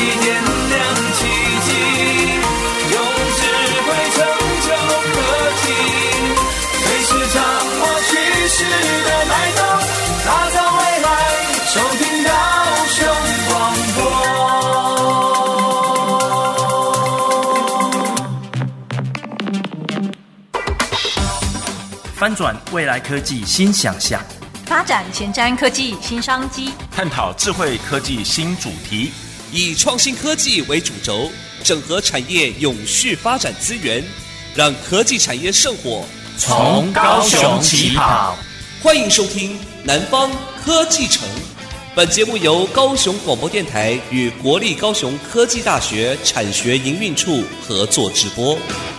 点亮奇迹，用智慧成就科技，随时掌握趋势的脉动，打造未来。收听高雄广播， 翻转未来科技新想象， 发展前瞻科技新商机， 探讨智慧科技新主题， 以创新科技为主轴，整合产业永续发展资源，让科技产业圣火从高雄起跑。 欢迎收听南方科技城。本节目由高雄广播电台与国立高雄科技大学产学营运处合作直播。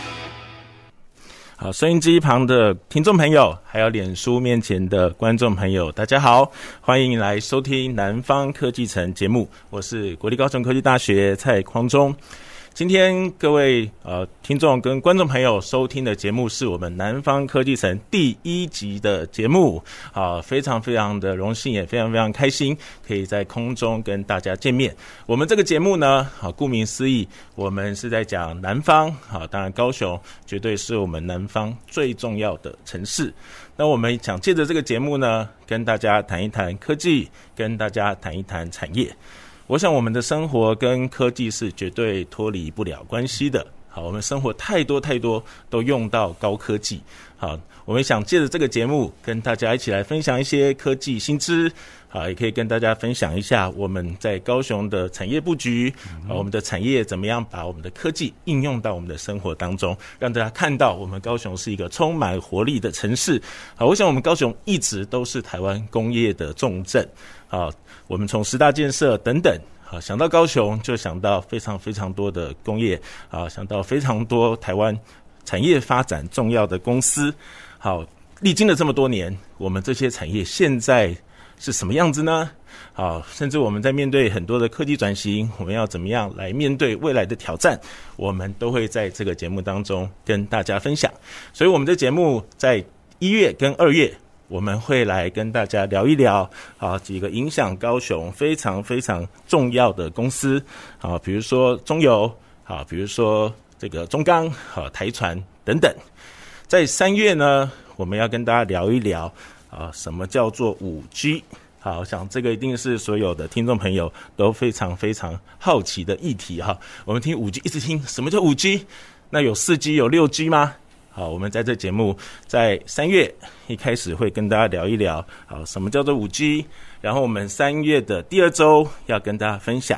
好，收音机旁的听众朋友，还有脸书面前的观众朋友，大家好，欢迎来收听南方科技城节目，我是国立高雄科技大学蔡匡忠。今天各位听众跟观众朋友收听的节目是我们南方科技城第1集的节目，非常非常的荣幸，也非常非常开心，可以在空中跟大家见面。我们这个节目呢，顾名思义，我们是在讲南方，当然高雄绝对是我们南方最重要的城市。那我们想借着这个节目呢，跟大家谈一谈科技，跟大家谈一谈产业。我想我们的生活跟科技是绝对脱离不了关系的。好，我们生活太多都用到高科技。好，我们想借着这个节目跟大家一起来分享一些科技新知，好，也可以跟大家分享一下我们在高雄的产业布局，我们的产业怎么样把我们的科技应用到我们的生活当中，让大家看到我们高雄是一个充满活力的城市。好，我想我们高雄一直都是台湾工业的重镇。好，我们从10大建设等等，好，想到高雄就想到非常非常多的工业，好，想到非常多台湾产业发展重要的公司。好，历经了这么多年，我们这些产业现在是什么样子呢？好，甚至我们在面对很多的科技转型，我们要怎么样来面对未来的挑战，我们都会在这个节目当中跟大家分享。所以我们的节目在1月跟2月，我们会来跟大家聊一聊几个影响高雄非常非常重要的公司，比如说中油，比如说这个中钢，台船等等。在3月呢，我们要跟大家聊一聊什么叫做 5G。 好，我想这个一定是所有的听众朋友都非常非常好奇的议题。我们听 5G 一直听什么叫 5G， 那有 4G 有 6G 吗？好，我们在这节目在3月一开始会跟大家聊一聊什么叫做 5G， 然后我们3月的第2周要跟大家分享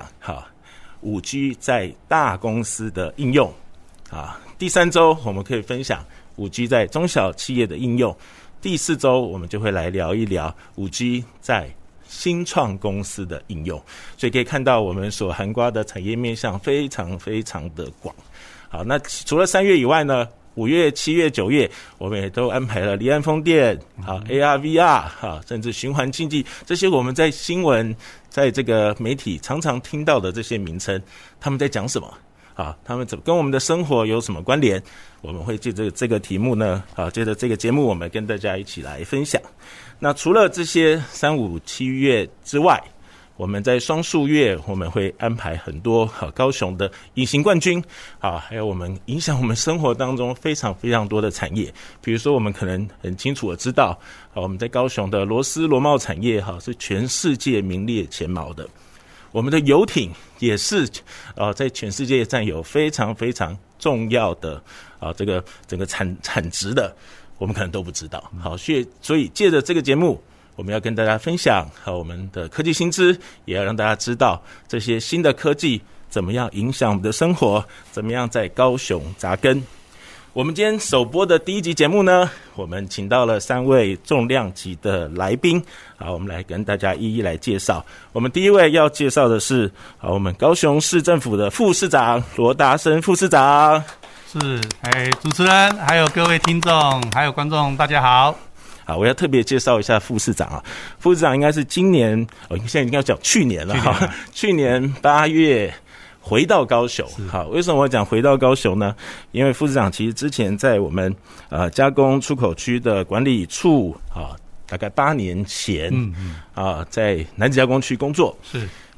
5G 在大公司的应用，第3周我们可以分享 5G 在中小企业的应用，第4周我们就会来聊一聊 5G 在新创公司的应用。所以可以看到我们所涵盖的产业面向非常非常的广。好，那除了3月以外呢，5月、7月、9月，我们也都安排了离岸风电、AR、VR、甚至循环经济，这些我们在新闻、在这个媒体常常听到的这些名称，他们在讲什么？他们跟我们的生活有什么关联？我们会借着这个题目呢，借着这个节目，我们跟大家一起来分享。那除了这些3、5、7月之外，我们在双数月我们会安排很多高雄的隐形冠军，还有我们影响我们生活当中非常非常多的产业。比如说我们可能很清楚的知道，我们在高雄的螺丝螺帽产业是全世界名列前茅的。我们的游艇也是在全世界占有非常非常重要的这个整个产值的，我们可能都不知道。好，所以借着这个节目，我们要跟大家分享我们的科技新知，也要让大家知道这些新的科技怎么样影响我们的生活，怎么样在高雄扎根。我们今天首播的第1集节目呢，我们请到了3位重量级的来宾，我们来跟大家一一来介绍。我们第一位要介绍的是我们高雄市政府的副市长罗达生副市长。 是，主持人还有各位听众还有观众大家好。 好，我要特别介绍一下副市长副市长应该是今年现在应该要讲去年了去年8月回到高雄。好，为什么我讲回到高雄呢？因为副市长其实之前在我们加工出口区的管理处大概8年前在南子加工区工作。 是。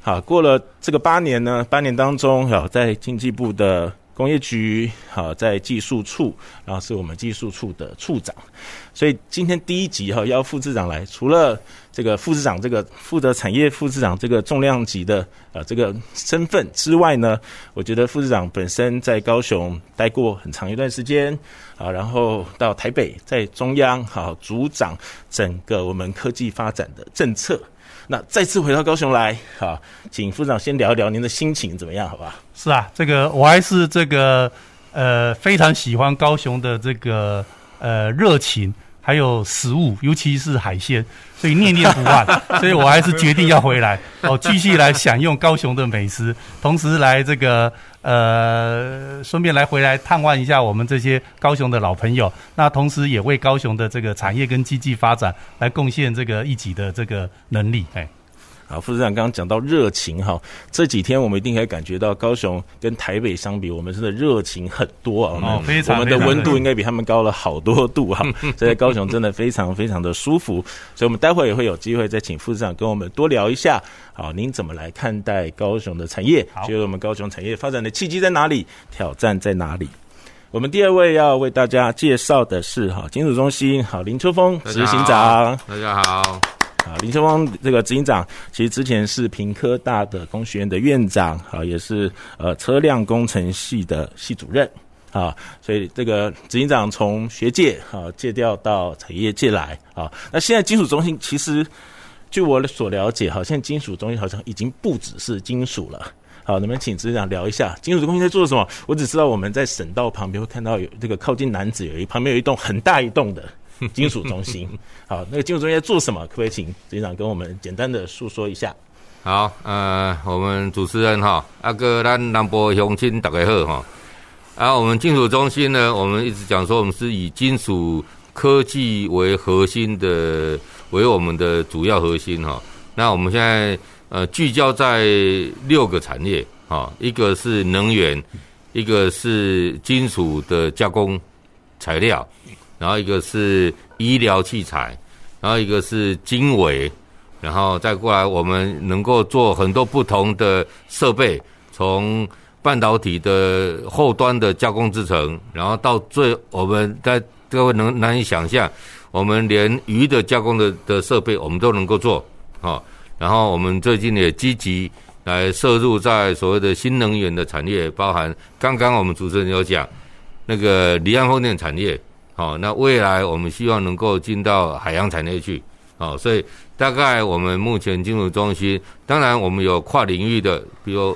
好，过了这个8年呢，8年当中，好，在经济部的工业局，好，在技术处，然后是我们技术处的处长。所以今天第一集哈，要副市长来，除了这个副市长这个负责产业副市长这个重量级的这个身份之外呢，我觉得副市长本身在高雄待过很长一段时间啊，然后到台北，在中央好主掌整个我们科技发展的政策。那再次回到高雄来，好，请副市长先聊一聊您的心情怎么样，好不好？ 是啊，这个我还是这个非常喜欢高雄的这个热情，还有食物，尤其是海鲜，所以念念不忘。所以我还是决定要回来，继续来享用高雄的美食，同时来这个顺便来回来探望一下我们这些高雄的老朋友。那同时也为高雄的这个产业跟经济发展来贡献这个一己的这个能力。 好，副市长刚刚讲到热情哈，这几天我们一定可以感觉到高雄跟台北相比，我们真的热情很多啊。我们的温度应该比他们高了好多度哈，所以在高雄真的非常非常的舒服。所以我们待会也会有机会再请副市长跟我们多聊一下。好，您怎么来看待高雄的产业？觉得我们高雄产业发展的契机在哪里？挑战在哪里？我们第二位要为大家介绍的是金属中心林秋峰执行长。 大家好。 林秋峰这个执行长，其实之前是屏科大的工学院的院长，也是车辆工程系的系主任所以这个执行长从学界借调到产业界来那现在金属中心其实据我所了解，现在金属中心好像已经不只是金属了。好，能不能请执行长聊一下金属中心在做什么？我只知道我们在省道旁边会看到有这个靠近楠梓旁边有一栋很大一栋的金属中心。好，那个金属中心在做什么？可不可以请执行长跟我们简单的述说一下？ 好，我们主持人个咱南部乡亲大家好我们金属中心呢，我们一直讲说我们是以金属科技为核心的，为我们的主要核心那我们现在聚焦在6个产业一个是能源，一个是金属的加工材料，然后一个是医疗器材，然后一个是经纬，然后再过来我们能够做很多不同的设备，从半导体的后端的加工制程，然后到我们在各位难以想象，我们连鱼的加工的设备我们都能够做然后我们最近也积极来涉入在所谓的新能源的产业，包含刚刚我们主持人有讲那个离岸风电产业那未来我们希望能够进到海洋产业去所以大概我们目前金属中心，当然我们有跨领域的，比如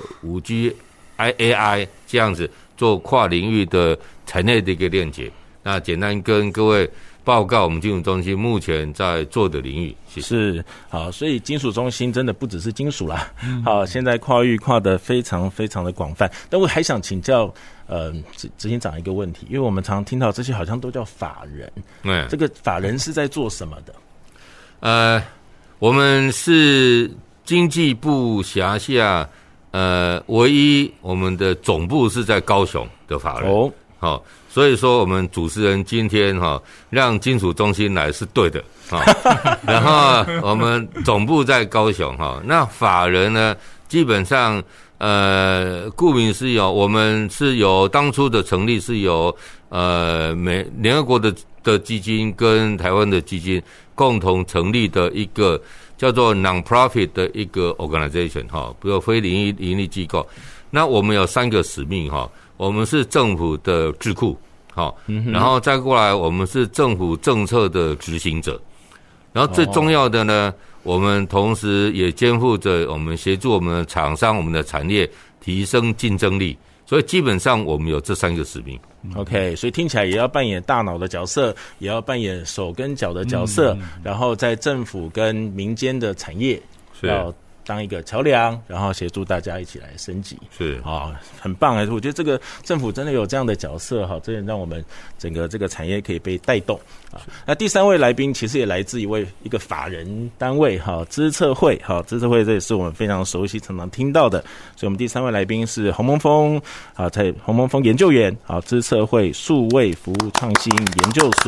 5G、AI 这样子做跨领域的产业的一个链接。那简单跟各位报告我们金属中心目前在做的领域。 是好，所以金属中心真的不只是金属啦好，现在跨域跨得非常非常的广泛。但我还想请教执行长一个问题，因为我们常听到这些好像都叫法人，这个法人是在做什么的？ 我们是经济部辖下唯一我们的总部是在高雄的法人所以说我们主持人今天让金属中心来是对的然后我们总部在高雄那法人呢，基本上顾名思义我们是由当初的成立是由联合国的基金跟台湾的基金共同成立的一个叫做 non-profit 的一个 organization 比如非盈利机构。那我们有3个使命我们是政府的智库然后再过来我们是政府政策的执行者，然后最重要的呢，我们同时也肩负着我们协助我们的厂商我们的产业提升竞争力，所以基本上我们有这3个使命。 OK， 所以听起来也要扮演大脑的角色，也要扮演手跟脚的角色，然后在政府跟民间的产业要当一个桥梁，然后协助大家一起来升级。 是很棒我觉得这个政府真的有这样的角色真的让我们整个这个产业可以被带动那第3位来宾其实也来自一个法人单位资策会资策会这也是我们非常熟悉常常听到的，所以我们第3位来宾是洪蒙峰在洪蒙峰研究员资策会数位服务创新研究所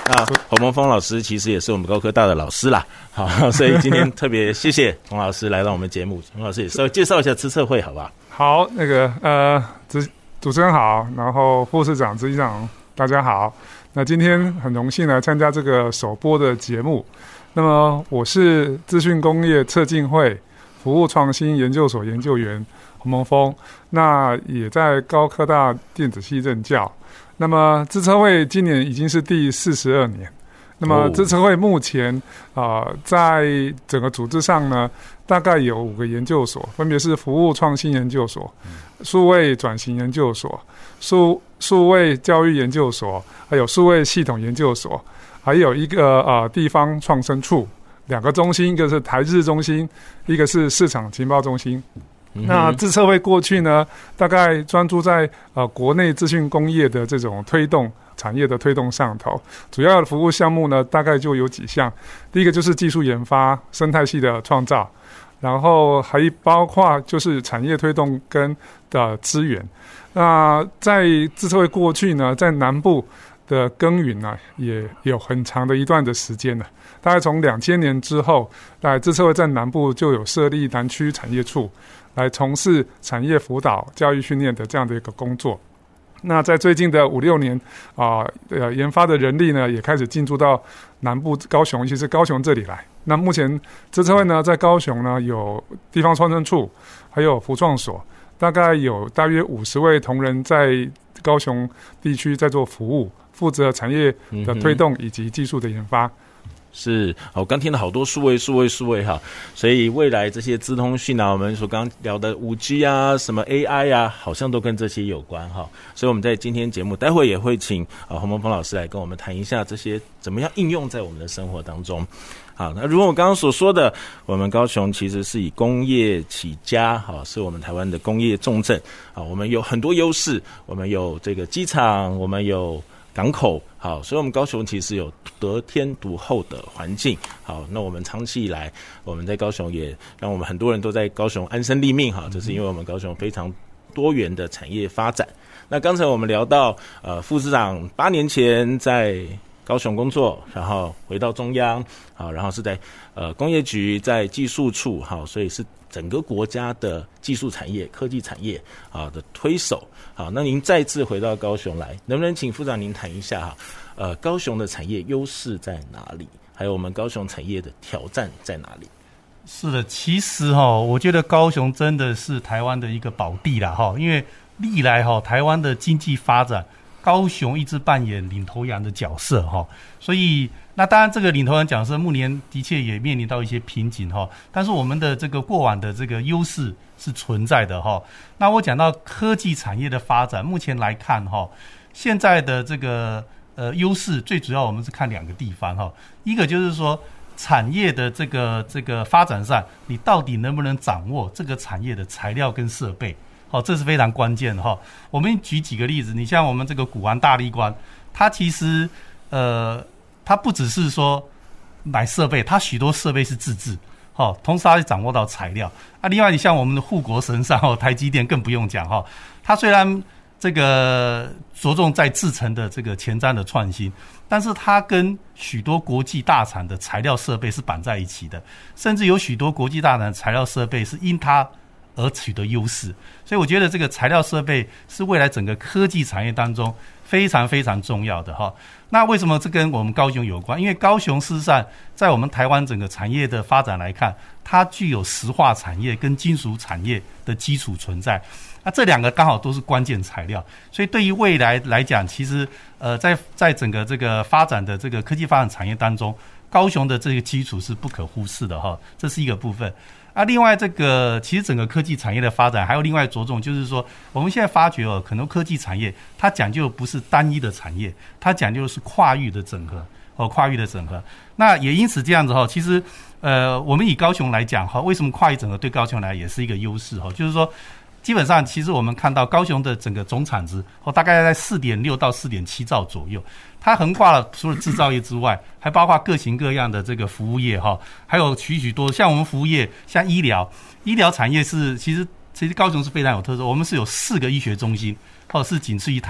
那洪蒙峰老师其实也是我们高科大的老师啦，好，所以今天特别谢谢洪老师来到我们节目。洪老师也稍微介绍一下资策会好不好？ 好，那个主持人好，然后副市长、执行长大家好。那今天很荣幸来参加这个首播的节目。那么我是资讯工业策进会服务创新研究所研究员洪蒙峰，那也在高科大电子系任教。那么资策会今年已经是第42年。那么资策会目前在整个组织上呢，大概有5个研究所，分别是服务创新研究所、数位转型研究所、数位教育研究所，还有数位系统研究所，还有一个地方创生处，2个中心，一个是台日中心，一个是市场情报中心。那资策会过去呢，大概专注在国内资讯工业的这种推动产业的推动上头，主要的服务项目呢，大概就有几项。第一个就是技术研发、生态系的创造，然后还包括就是产业推动跟的资源。那在资策会过去呢，在南部的耕耘呢，也有很长的一段的时间了。大概从2000年之后，资策会在南部就有设立南区产业处，来从事产业辅导、教育训练的这样的一个工作。那在最近的5-6年研发的人力呢，也开始进驻到南部高雄，尤其是高雄这里来。那目前资策会呢，在高雄呢有地方创生处，还有服创所，大概有大约50位同仁在高雄地区在做服务，负责产业的推动以及技术的研发。 是，我刚听了好多数位哈，所以未来这些资通讯啊，我们所刚聊的5G 啊，什么 AI 啊，好像都跟这些有关哈。所以我们在今天节目，待会也会请洪蒙峰老师来跟我们谈一下这些怎么样应用在我们的生活当中。好，那如果我刚刚所说的，我们高雄其实是以工业起家，好，是我们台湾的工业重镇啊，我们有很多优势，我们有这个机场，我们有港口，好，所以我们高雄其实有得天独厚的环境。好，那我们长期以来，我们在高雄也让我们很多人都在高雄安身立命，哈，这是因为我们高雄非常多元的产业发展。那刚才我们聊到，副市长8年前在高雄工作，然后回到中央，好，然后是在工业局，在技术处，好，所以是整个国家的技术产业、科技产业的推手。好，那您再次回到高雄来，能不能请副长您谈一下高雄的产业优势在哪里？还有我们高雄产业的挑战在哪里？ 是的，其实我觉得高雄真的是台湾的一个宝地啦因为历来台湾的经济发展，高雄一直扮演领头羊的角色所以那当然这个领头羊角色目前的确也面临到一些瓶颈但是我们的这个过往的这个优势是存在的那我讲到科技产业的发展，目前来看现在的这个优势最主要我们是看2个地方一个就是说产业的这个发展上，你到底能不能掌握这个产业的材料跟设备这是非常关键的我们举几个例子，你像我们这个古玩大立光，它其实它不只是说买设备，它许多设备是自制同时它也掌握到材料另外你像我们的护国神山台积电更不用讲它虽然这个着重在制程的这个前瞻的创新，但是它跟许多国际大厂的材料设备是绑在一起的，甚至有许多国际大厂的材料设备是因它而取得优势。所以我觉得这个材料设备是未来整个科技产业当中非常非常重要的那为什么这跟我们高雄有关？因为高雄事实上在我们台湾整个产业的发展来看，它具有石化产业跟金属产业的基础存在，那这2个刚好都是关键材料，所以对于未来来讲，其实在整个这个发展的这个科技发展产业当中，高雄的这个基础是不可忽视的这是一个部分另外这个其实整个科技产业的发展还有另外着重，就是说我们现在发觉可能科技产业它讲究不是单一的产业，它讲究的是跨域的整合跨域的整合。那也因此这样子其实我们以高雄来讲为什么跨域整合对高雄来也是一个优势就是说基本上其实我们看到高雄的整个总产值大概在 4.6 到 4.7 兆左右，它横跨了除了制造业之外，还包括各型各样的这个服务业还有许多像我们服务业，像医疗产业是其实高雄是非常有特色，我们是有4个医学中心是仅次于台北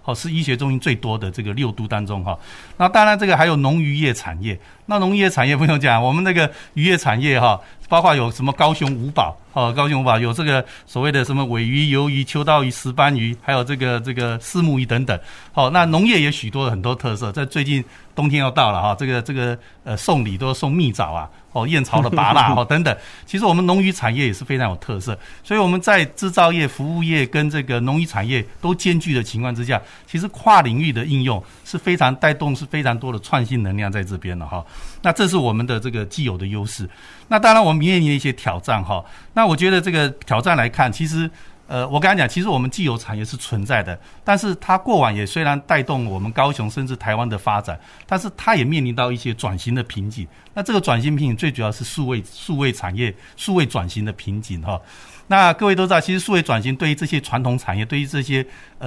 是医学中心最多的这个6都当中哈。那当然这个还有农渔业产业，那农业产业不用讲，我们那个渔业产业哈，包括有什么高雄五宝高雄五宝有这个所谓的什么鲔鱼、鱿鱼、秋刀鱼、石斑鱼，还有这个虱目鱼等等。那农业也许多很多特色，在最近冬天要到了哈，这个送礼都送蜜枣啊，燕巢的芭乐等等。其实我们农渔产业也是非常有特色，所以我们在制造业、服务业跟这个农渔产业都兼具的情况之下，其实跨领域的应用是非常带动，是非常多的创新能量在这边了哈。那这是我们的这个既有的优势。那当然我们面临一些挑战哈。那我觉得这个挑战来看，其实我刚才讲，其实我们既有产业是存在的，但是它过往也虽然带动我们高雄甚至台湾的发展，但是它也面临到一些转型的瓶颈。那这个转型瓶颈最主要是数位产业、数位转型的瓶颈哈。那各位都知道，其实数位转型对于这些传统产业，对于这些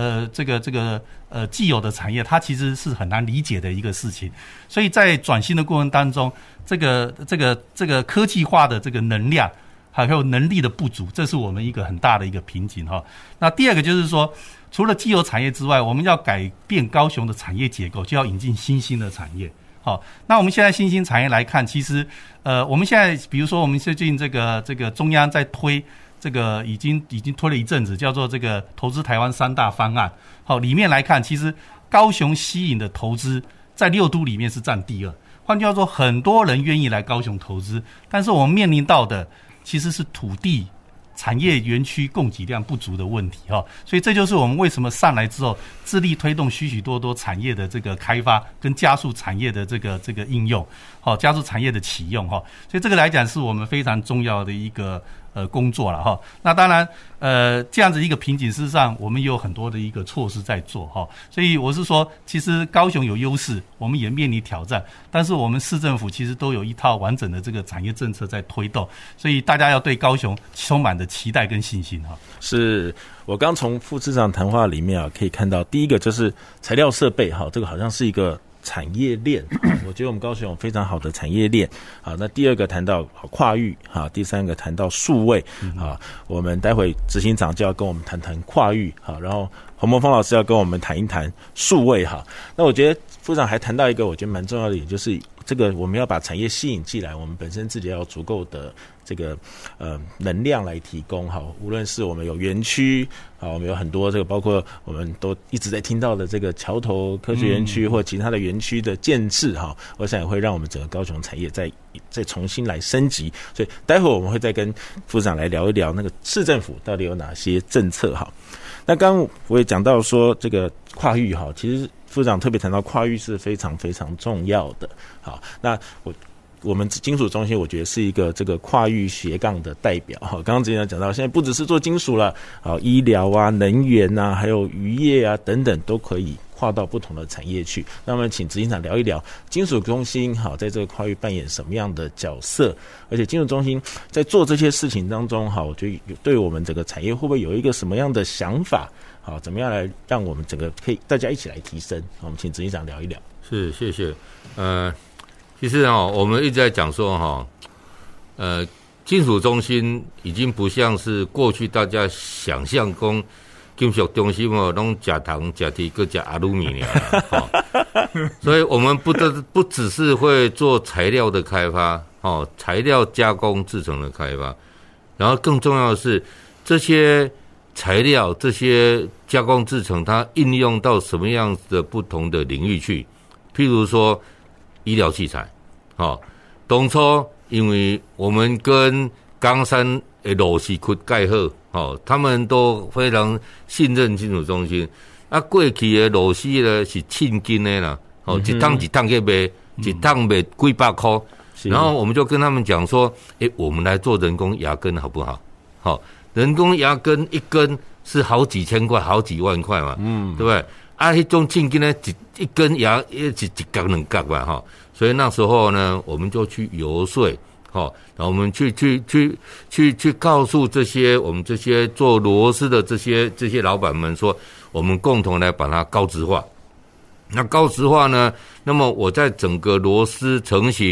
既有的产业，它其实是很难理解的一个事情。所以在转型的过程当中，这个科技化的这个能量还有能力的不足，这是我们一个很大的一个瓶颈哈。那第二个就是说，除了既有产业之外，我们要改变高雄的产业结构，就要引进新兴的产业。好，那我们现在新兴产业来看，其实我们现在比如说我们最近这个中央在推这个已经推了一阵子，叫做这个投资台湾3大方案。好，里面来看，其实高雄吸引的投资在6都里面是占第2。换句话说，很多人愿意来高雄投资，但是我们面临到的其实是土地、产业园区供给量不足的问题哈。所以这就是我们为什么上来之后致力推动许多产业的这个开发跟加速产业的这个应用，加速产业的启用哈。所以这个来讲是我们非常重要的一个工作了哈。那当然这样子一个瓶颈，事实上我们也有很多的一个措施在做哈。所以我是说，其实高雄有优势，我们也面临挑战，但是我们市政府其实都有一套完整的这个产业政策在推动，所以大家要对高雄充满的期待跟信心哈。 是我刚从副市长谈话里面可以看到，第一个就是材料设备这个好像是一个产业链，我觉得我们高雄有非常好的产业链。好，那第二个谈到跨域，好，第三个谈到数位，好，我们待会执行长就要跟我们谈谈跨域，好，然后洪柏峰老师要跟我们谈一谈数位，好，那我觉得副长还谈到一个我觉得蛮重要的点，就是这个我们要把产业吸引进来，我们本身自己要有足够的这个能量来提供，好，无论是我们有园区，好，我们有很多这个包括我们都一直在听到的这个桥头科学园区或其他的园区的建制，哈，我想也会让我们整个高雄产业再重新来升级。所以待会我们会再跟副长来聊一聊那个市政府到底有哪些政策，哈。那刚刚我也讲到说这个跨域，哈，其实副长特别谈到跨域是非常非常重要的。好，那我们金属中心我觉得是一个这个跨域斜杠的代表。刚刚之前讲到，现在不只是做金属了，医疗啊、能源啊，还有渔业啊等等，都可以跨到不同的产业去。那我们请执行长聊一聊金属中心在这个跨域扮演什么样的角色，而且金属中心在做这些事情当中，我觉得对我们整个产业会不会有一个什么样的想法？好，怎么样来让我们整个可以大家一起来提升？我们请执行长聊一聊。 是，谢谢。其实我们一直在讲说金属中心已经不像是过去大家想象中金属中心拢吃糖吃铁搁吃阿鲁米了所以我们不只是会做材料的开发，材料加工制成的开发，然后更重要的是这些材料这些加工制成它应用到什么样的不同的领域去，譬如说医疗器材。当初因为我们跟冈山的螺丝窟盖好，他们都非常信任金属中心。过去的螺丝呢是称斤的啦，一趟去卖，一趟卖几百块。然后我们就跟他们讲说，我们来做人工牙根好不好？人工牙根一根是好几千块、好几万块嘛，对不对？那种称斤呢，一根牙一角两角吧，所以那时候呢，我们就去游说，然后我们去告诉我们这些做螺丝的这些老板们说，我们共同来把它高质化。那高质化呢，那么我在整个螺丝成型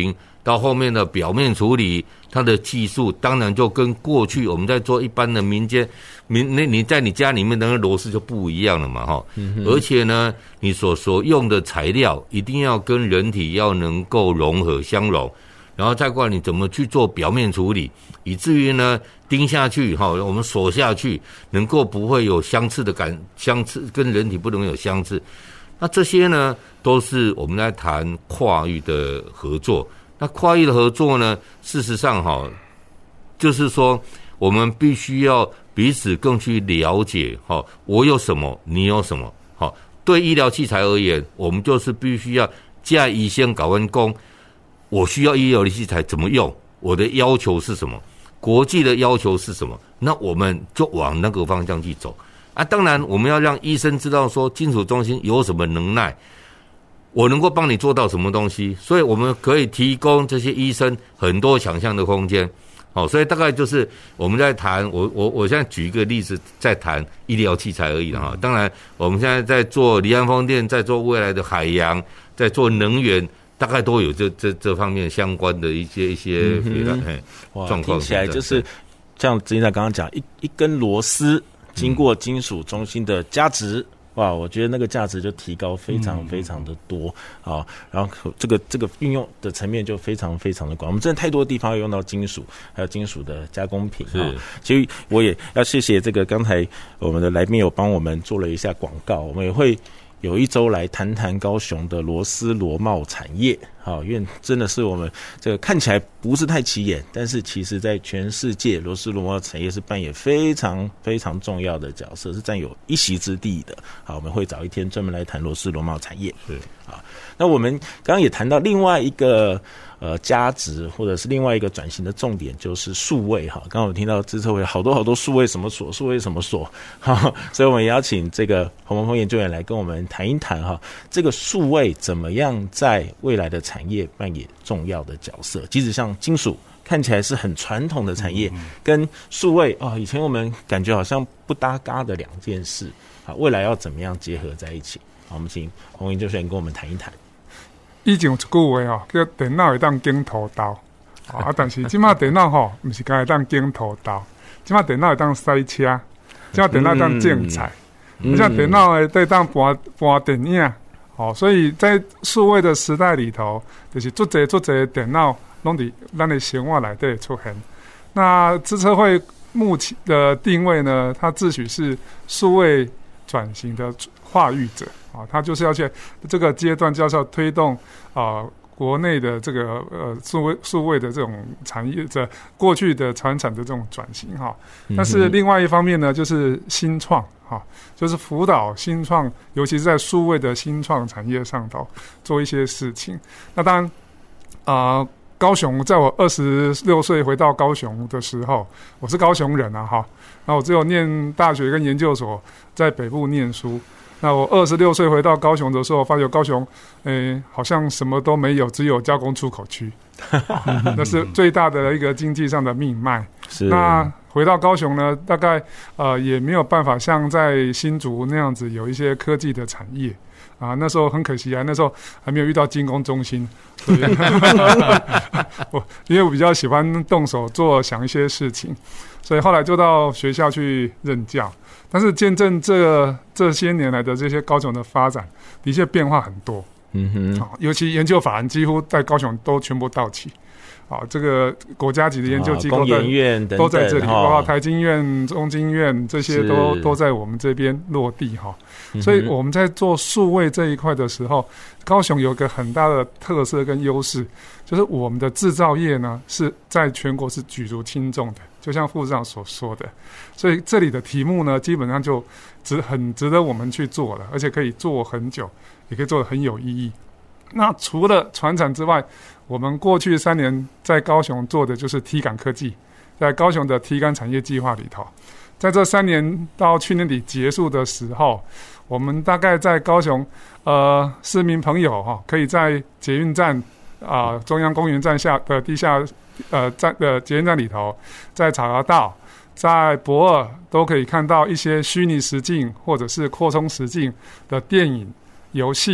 到后面的表面处理，它的技术当然就跟过去我们在做一般的你在你家里面的那个螺丝就不一样了嘛哈。而且呢，你所用的材料一定要跟人体要能够融合相融，然后再过来你怎么去做表面处理，以至于呢钉下去哈，我们锁下去能够不会有相似跟人体不能有相似。那这些呢都是我们在谈跨域的合作。那跨域的合作呢，事实上哈，就是说我们必须要彼此更去了解哈，我有什么，你有什么。好，对医疗器材而言，我们就是必须要加以先搞完工，我需要医疗器材怎么用，我的要求是什么，国际的要求是什么，那我们就往那个方向去走啊。当然，我们要让医生知道说金属中心有什么能耐，我能够帮你做到什么东西，所以我们可以提供这些医生很多想象的空间。好，所以大概就是我们在谈，我现在举一个例子，在谈医疗器材而已了哈。当然，我们现在在做离岸风电，在做未来的海洋，在做能源，大概都有这方面相关的一些状况。 听起来就是像执行长刚刚讲，一根螺丝经过金属中心的加值。哇，我觉得那个价值就提高非常非常的多啊，然后这个运用的层面就非常非常的广。我们真的太多地方要用到金属，还有金属的加工品啊。其实我也要谢谢这个刚才我们的来宾有帮我们做了一下广告，我们也会有一周来谈谈高雄的螺丝螺帽产业。好，因为真的是我们这个看起来不是太起眼，但是其实在全世界螺丝螺帽产业是扮演非常非常重要的角色，是占有一席之地的。好，我们会找一天专门来谈螺丝螺帽产业。是啊，那我们刚刚也谈到另外一个价值或者是另外一个转型的重点就是数位哈。刚刚我听到资策会好多数位什么所，数位什么所哈，所以我们邀请这个洪文峰研究员来跟我们谈一谈哈，这个数位怎么样在未来的产业扮演重要的角色。即使像金属看起来是很传统的产业，跟数位以前我们感觉好像不搭嘎的两件事，好，未来要怎么样结合在一起？好，我们请洪研究员跟我们谈一谈。 以前有一句话叫电脑会当经土豆，但是现在电脑不是只会当经土豆，现在电脑会当塞车，现在电脑会当种菜，现在电脑会当搬电影。所以在数位的时代里头，就是足侪电脑拢伫咱的生活内底出现。那资策会目前的定位呢，它自诩是数位转型的化育者它就是要去这个阶段，就是要推动国内的这个数位的这种产业的过去的传产的这种转型但是另外一方面呢，就是新创就是辅导新创，尤其是在数位的新创产业上头做一些事情。那当然高雄，在我26岁回到高雄的时候，我是高雄人那我只有念大学跟研究所在北部念书。那我26岁回到高雄的时候，发觉高雄好像什么都没有，只有加工出口区那是最大的一个经济上的命脉。是。那回到高雄呢，大概也没有办法像在新竹那样子有一些科技的产业那时候很可惜那时候还没有遇到精工中心因为我比较喜欢动手想一些事情，所以后来就到学校去任教。但是见证这些年来的这些高雄的发展，的确变化很多。尤其研究法人几乎在高雄都全部到齐。这个国家级的研究机构工研院等等都在这里，包括台经院、中经院这些都在我们这边落地所以我们在做数位这一块的时候，高雄有个很大的特色跟优势，就是我们的制造业呢是在全国是举足轻重的，就像副市长所说的。所以这里的题目呢，基本上就很值得我们去做了，而且可以做很久，也可以做得很有意义。那除了传产之外，我们过去3年在高雄做的就是体感科技，在高雄的体感产业计划里头，在这3年到去年底结束的时候，我们大概在高雄市民朋友可以在捷运站中央公园站下的地下站的捷运站里头，在草衙道、在博尔都可以看到一些虚拟实境或者是扩充实境的电影、游戏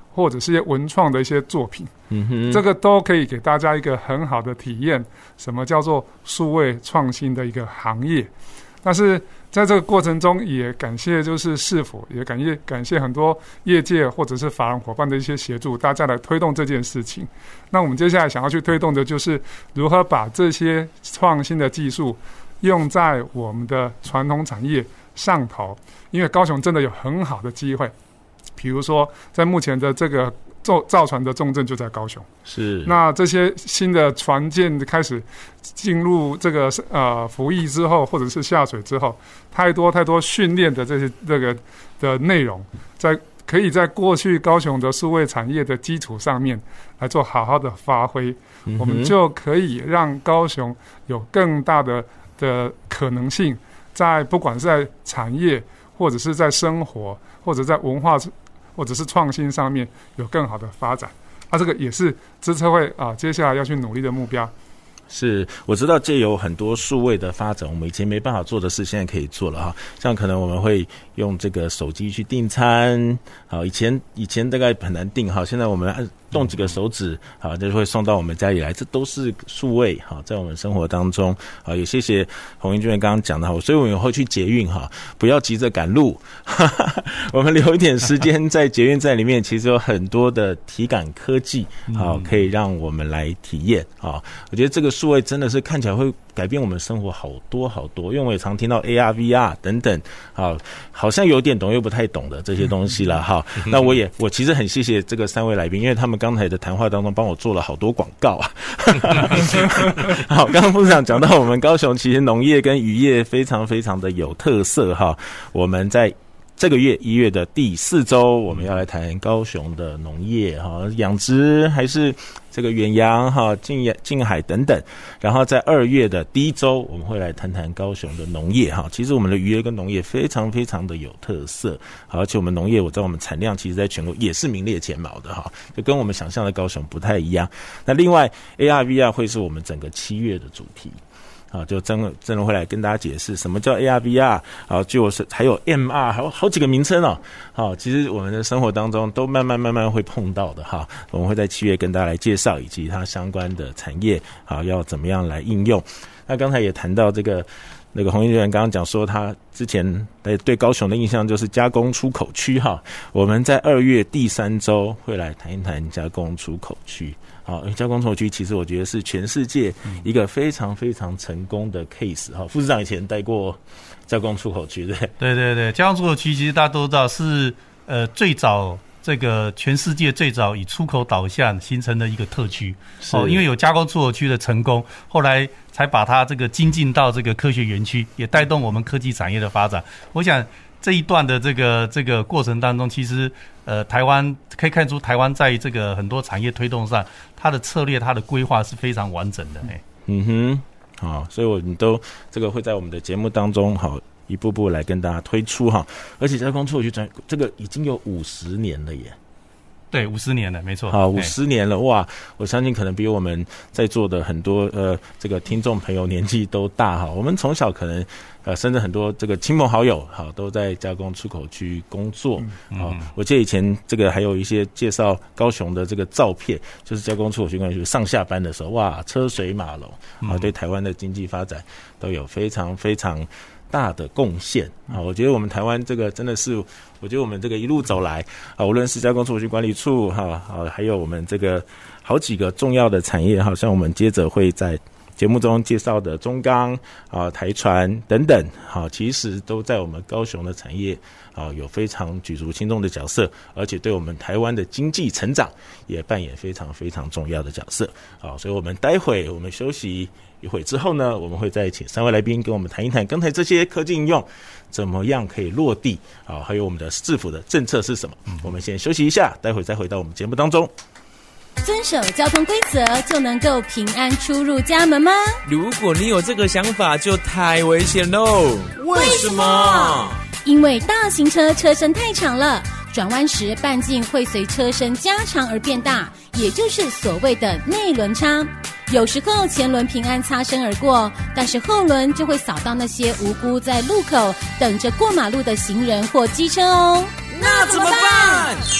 或者是一些文创的一些作品，这个都可以给大家一个很好的体验，什么叫做数位创新的一个行业。但是在这个过程中，也感谢就是市府，也感谢很多业界或者是法人伙伴的一些协助，大家来推动这件事情。那我们接下来想要去推动的就是如何把这些创新的技术用在我们的传统产业上头，因为高雄真的有很好的机会。比如说，在目前的这个造船的重镇就在高雄， 是那这些新的船舰开始进入这个服役之后，或者是下水之后，太多训练的这个的内容，可以在过去高雄的数位产业的基础上面来做好好的发挥，我们就可以让高雄有更大的可能性，在不管是在产业或者是在生活或者在文化或者是创新上面有更好的发展，这个也是资策会接下来要去努力的目标。 是，我知道借由很多数位的发展，我们以前没办法做的事，现在可以做了哈。像可能我们会用这个手机去订餐，好，以前大概很难订哈，现在我们动几个手指，好，就会送到我们家里来，这都是数位哈，在我们生活当中，好，也谢谢洪英俊刚刚讲的哈，所以我们以后去捷运哈，不要急着赶路，我们留一点时间在捷运站里面，其实有很多的体感科技，好，可以让我们来体验啊。我觉得这个数位真的是看起来会改变我们生活好多好多，因为我也常听到 AR、VR 等等，好像有点懂又不太懂的这些东西了哈。那我其实很谢谢这个3位来宾，因为他们刚才的谈话当中帮我做了好多广告啊。好，刚刚副市长讲到我们高雄其实农业跟渔业非常非常的有特色哈，我们在这个月1月的第4周，我们要来谈高雄的农业哈，养殖还是这个远洋哈、近海等等。然后在2月的第1周，我们会来谈谈高雄的农业哈。其实我们的渔业跟农业非常非常的有特色，而且我们农业我知道我们产量其实在全国也是名列前茅的哈，就跟我们想象的高雄不太一样。那另外 AR/VR 会是我们整个7月的主题。就真的会来跟大家解释什么叫 AR/VR， 就是还有 MR， 还有好几个名称哦。其实我们的生活当中都慢慢会碰到的哈。我们会在7月跟大家来介绍，以及它相关的产业要怎么样来应用。那刚才也谈到那个洪英员刚刚讲说，他之前对高雄的印象就是加工出口区哈。我们在2月第3周会来谈一谈加工出口区。好，加工出口区其实我觉得是全世界一个非常非常成功的 case 哈。副市长以前带过加工出口区， 对，加工出口区其实大家都知道是最早这个全世界最早以出口导向形成的一个特区因为有加工出口区的成功，后来才把它这个精进到这个科学园区，也带动我们科技产业的发展。我想这一段的这个过程当中，其实台湾可以看出台湾在这个很多产业推动上，它的策略、它的规划是非常完整的。 好，所以我们都这个会在我们的节目当中好一步步来跟大家推出哈，而且加工出口区这个已经有50年了耶。 对，50年了，没错。 好，50年了，哇！我相信可能比我们在座的很多这个听众朋友年纪都大哈。我们从小可能甚至很多这个亲朋好友好都在加工出口区工作。我记得以前这个还有一些介绍高雄的这个照片，就是加工出口区关系上下班的时候，哇，车水马龙对台湾的经济发展都有非常非常大的贡献我觉得我们台湾这个真的是，我觉得我们这个一路走来无论是加工出口区管理处还有我们这个好几个重要的产业像我们接着会在节目中介绍的中钢台船等等其实都在我们高雄的产业有非常举足轻重的角色，而且对我们台湾的经济成长也扮演非常非常重要的角色所以我们待会我们休息一会之后呢，我们会再请3位来宾跟我们谈一谈刚才这些科技应用怎么样可以落地还有我们的市府的政策是什么。我们先休息一下，待会再回到我们节目当中。 遵守交通规则就能够平安出入家门吗？ 如果你有这个想法，就太危险喽。为什么？ 因为大型车车身太长了，转弯时半径会随车身加长而变大，也就是所谓的内轮差。有时候前轮平安擦身而过，但是后轮就会扫到那些无辜在路口等着过马路的行人或机车哦。 那怎么办？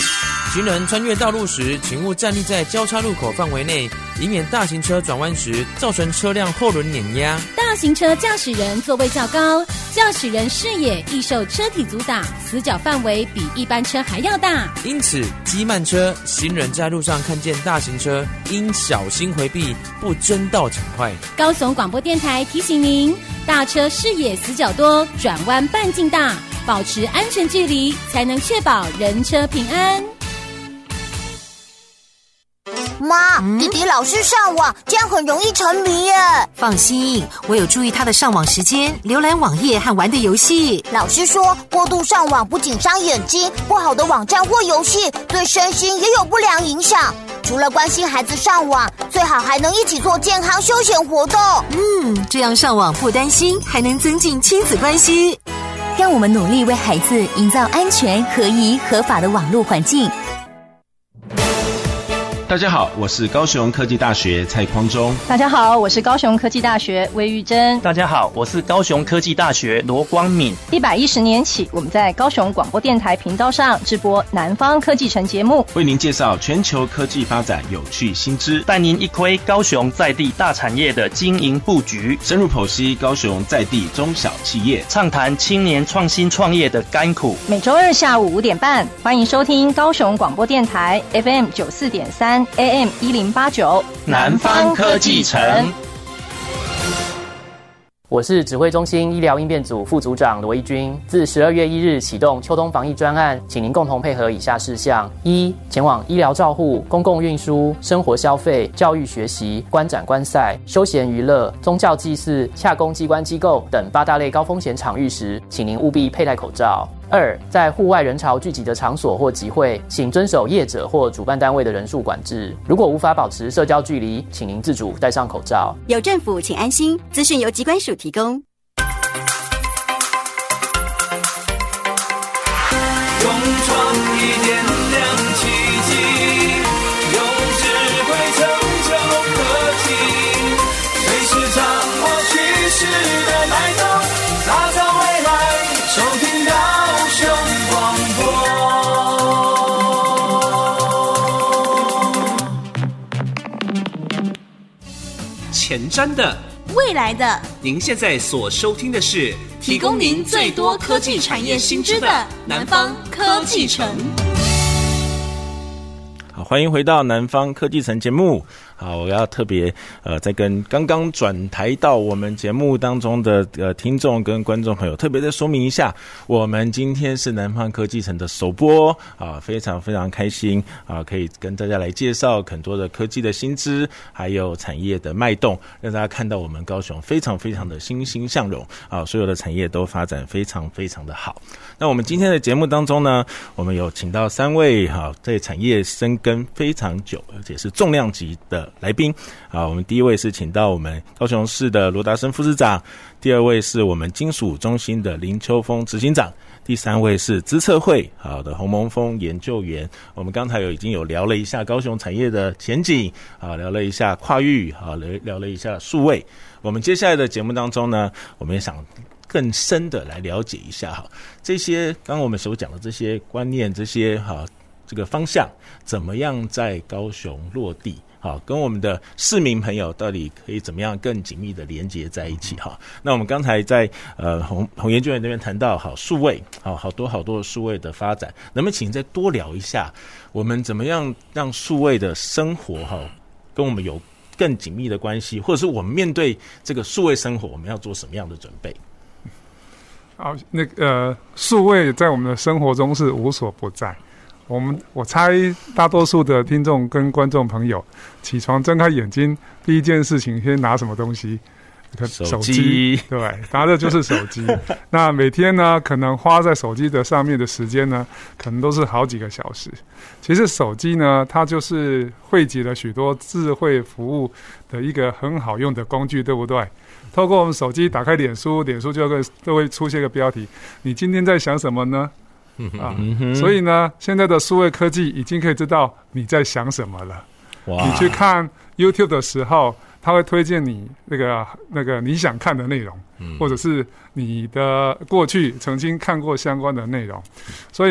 行人穿越道路时，请勿站立在交叉路口范围内，以免大型车转弯时造成车辆后轮碾压。 大型车驾驶人座位较高，驾驶人视野易受车体阻挡，死角范围比一般车还要大。 因此，机慢车、行人在路上看见大型车，应小心回避，不争道抢快。 高雄广播电台提醒您：大车视野死角多，转弯半径大，保持安全距离，才能确保人车平安。 妈，弟弟老是上网，这样很容易沉迷耶。 放心，我有注意他的上网时间、浏览网页和玩的游戏。 老师说，过度上网不仅伤眼睛，不好的网站或游戏对身心也有不良影响。除了关心孩子上网，最好还能一起做健康休闲活动。 这样上网不担心，还能增进亲子关系。 让我们努力为孩子营造安全、合宜、合法的网络环境。 大家好，我是高雄科技大学蔡匡忠。 大家好，我是高雄科技大学魏玉珍。 大家好，我是高雄科技大学罗光敏。 110年起，我们在高雄广播电台频道上直播南方科技城节目， 为您介绍全球科技发展有趣新知， 带您一窥高雄在地大产业的经营布局， 深入剖析高雄在地中小企业， 畅谈青年创新创业的甘苦。 每周二下午5点半，欢迎收听高雄广播电台 FM 94.3 AM 1089 南方科技城。 我是指挥中心医疗应变组副组长罗一军。自12月1日启动秋冬防疫专案，请您共同配合以下事项：一、前往医疗照护、公共运输、生活消费、教育学习、观展观赛、休闲娱乐、宗教祭祀、洽公机关机构等8大类高风险场域时，请您务必佩戴口罩。2、在户外人潮聚集的场所或集会，请遵守业者或主办单位的人数管制。如果无法保持社交距离，请您自主戴上口罩。 有政府，请安心。资讯由疾管署提供。 勇闯一点亮奇迹，用智慧成就科技，随时掌握趋势的脉动，打造未来。收听高雄广播。前瞻的， 未来的， 您现在所收听的是提供您最多科技产业新知的南方科技城。 好，欢迎回到南方科技城节目。好，我要特别再跟刚刚转台到我们节目当中的听众跟观众朋友特别的说明一下，我们今天是南方科技城的首播啊，非常非常开心啊，可以跟大家来介绍很多的科技的新知，还有产业的脉动，让大家看到我们高雄非常非常的欣欣向荣啊，所有的产业都发展非常非常的好。那我们今天的节目当中呢，我们有请到3位在产业深耕非常久，而且是重量级的来宾啊，我们第一位是请到我们高雄市的罗达生副市长，第二位是我们金属中心的林秋峰执行长，第三位是资策会的洪蒙峰研究员。我们刚才已经有聊了一下高雄产业的前景聊了一下跨域聊了一下数位。我们接下来的节目当中呢，我们也想更深的来了解一下这些刚刚我们所讲的这些观念，这些这个方向怎么样在高雄落地，跟我们的市民朋友到底可以怎么样更紧密的连接在一起那我们刚才在洪研究员那边谈到数位好多的数位的发展，能不能请再多聊一下，我们怎么样让数位的生活跟我们有更紧密的关系，或者是我们面对这个数位生活，我们要做什么样的准备？ 好，数位在我们的生活中是无所不在。我猜大多数的听众跟观众朋友起床睁开眼睛，第一件事情先拿什么东西？手机，对，拿的就是手机。那每天呢，可能花在手机的上面的时间呢，可能都是好几个小时。其实手机呢，它就是汇集了许多智慧服务的一个很好用的工具，对不对？透过我们手机打开脸书就会出现个标题，你今天在想什么呢？所以呢，现在的数位科技已经可以知道你在想什么了。你去看 YouTube 的时候，它会推荐你那个你想看的内容，或者是你的过去曾经看过相关的内容。所以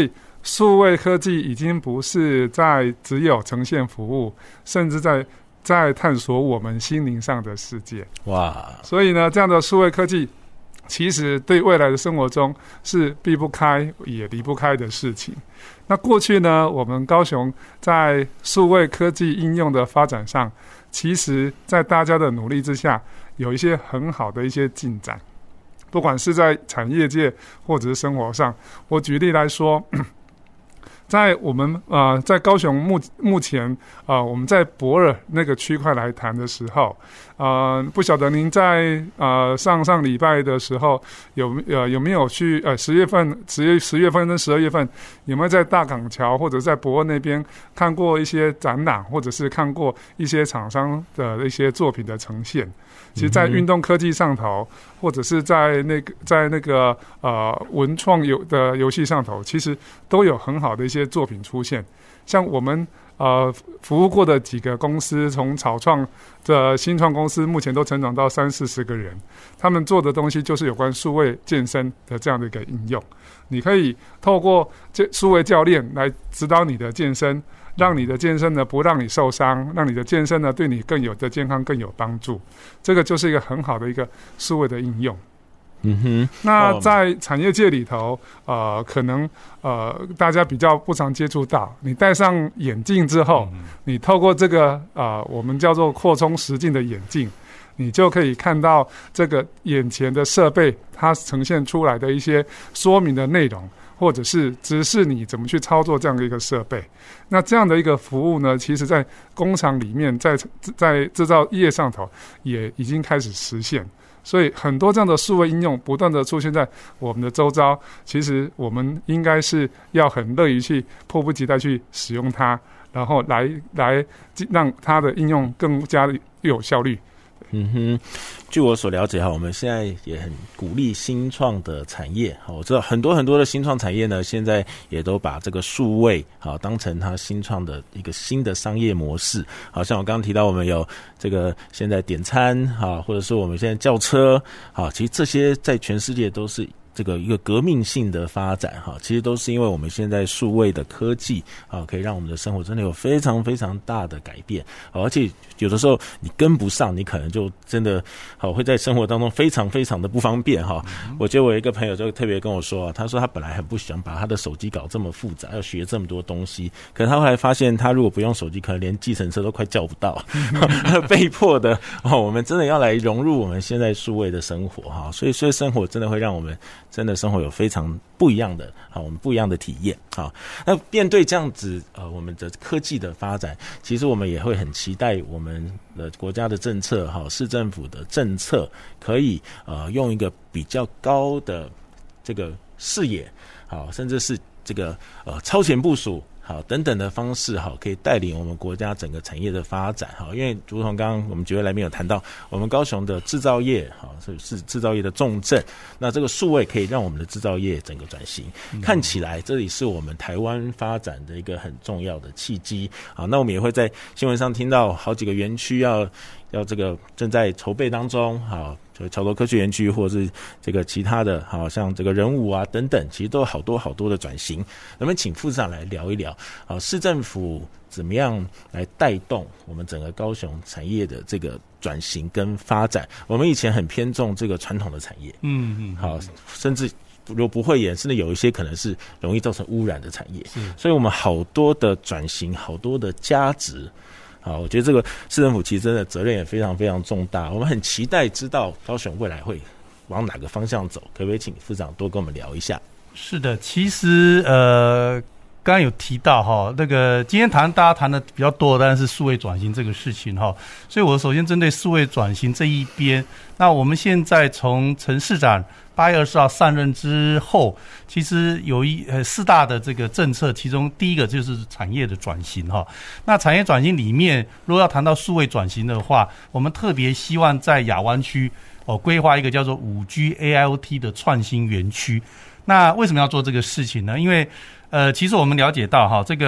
数位科技已经不是只有呈现服务，甚至在探索我们心灵上的世界。 哇！所以呢，这样的数位科技其实对未来的生活中是避不开也离不开的事情。那过去呢，我们高雄在数位科技应用的发展上，其实在大家的努力之下，有一些很好的一些进展，不管是在产业界或者是生活上。我举例来说，在我们在高雄目前我们在博尔那个区块来谈的时候，不晓得您在上礼拜的时候有没有去10月份跟12月份有没有在大港桥或者在博尔那边看过一些展览，或者是看过一些厂商的一些作品的呈现？其实在运动科技上头，或者是在那个文创的游戏上头，其实都有很好的一些作品出现。像我们服务过的几个公司，从草创的新创公司，目前都成长到30-40个人，他们做的东西就是有关数位健身的这样的一个应用。你可以透过数位教练来指导你的健身，让你的健身呢不让你受伤，让你的健身呢对你更有的健康更有帮助。这个就是一个很好的一个数位的应用。那在产业界里头，可能大家比较不常接触到。你戴上眼镜之后，你透过这个我们叫做扩充实境的眼镜，你就可以看到这个眼前的设备它呈现出来的一些说明的内容，或者是指示你怎么去操作这样的一个设备。那这样的一个服务呢，其实在工厂里面，在制造业上头也已经开始实现。所以很多这样的数位应用不断的出现在我们的周遭，其实我们应该是要很乐于去迫不及待去使用它，然后来让它的应用更加有效率。 据我所了解我们现在也很鼓励新创的产业。我知道很多的新创产业呢，现在也都把这个数位当成它新创的一个新的商业模式。好像我刚刚提到我们有这个现在点餐或者是我们现在叫车，其实这些在全世界都是这个一个革命性的发展其实都是因为我们现在数位的科技可以让我们的生活真的有非常非常大的改变而且有的时候你跟不上，你可能就真的会在生活当中非常非常的不方便我觉得我有一个朋友就特别跟我说，他说他本来很不想把他的手机搞这么复杂，要学这么多东西，可是他后来发现他如果不用手机，可能连计程车都快叫不到被迫的我们真的要来融入我们现在数位的生活所以生活真的会让我们真的生活有非常不一样的我们不一样的体验那面对这样子我们的科技的发展，其实我们也会很期待我们的国家的政策市政府的政策可以用一个比较高的这个视野甚至是这个超前部署等等的方式可以带领我们国家整个产业的发展因为如同刚刚我们几位来宾有谈到，我们高雄的制造业是制造业的重镇，那这个数位可以让我们的制造业整个转型，看起来这里是我们台湾发展的一个很重要的契机那我们也会在新闻上听到好几个园区要这个正在筹备当中桥头科学园区或者是这个其他的像这个人武等等，其实都有好多的转型。能不能请副市长来聊一聊市政府怎么样来带动我们整个高雄产业的这个转型跟发展？我们以前很偏重这个传统的产业甚至如果不会演，甚至有一些可能是容易造成污染的产业，所以我们好多的转型，好多的价值我觉得这个市政府其实真的责任也非常非常重大，我们很期待知道高雄未来会往哪个方向走，可不可以请副长多跟我们聊一下？ 是的，其实刚刚有提到那个今天大家谈的比较多，当然是数位转型这个事情所以我首先针对数位转型这一边，那我们现在从陈市长8月20号上任之后，其实有4大的这个政策，其中第一个就是产业的转型那产业转型里面，如果要谈到数位转型的话，我们特别希望在亚湾区规划一个叫做 5G AIoT 的创新园区。那为什么要做这个事情呢？因为其实我们了解到这个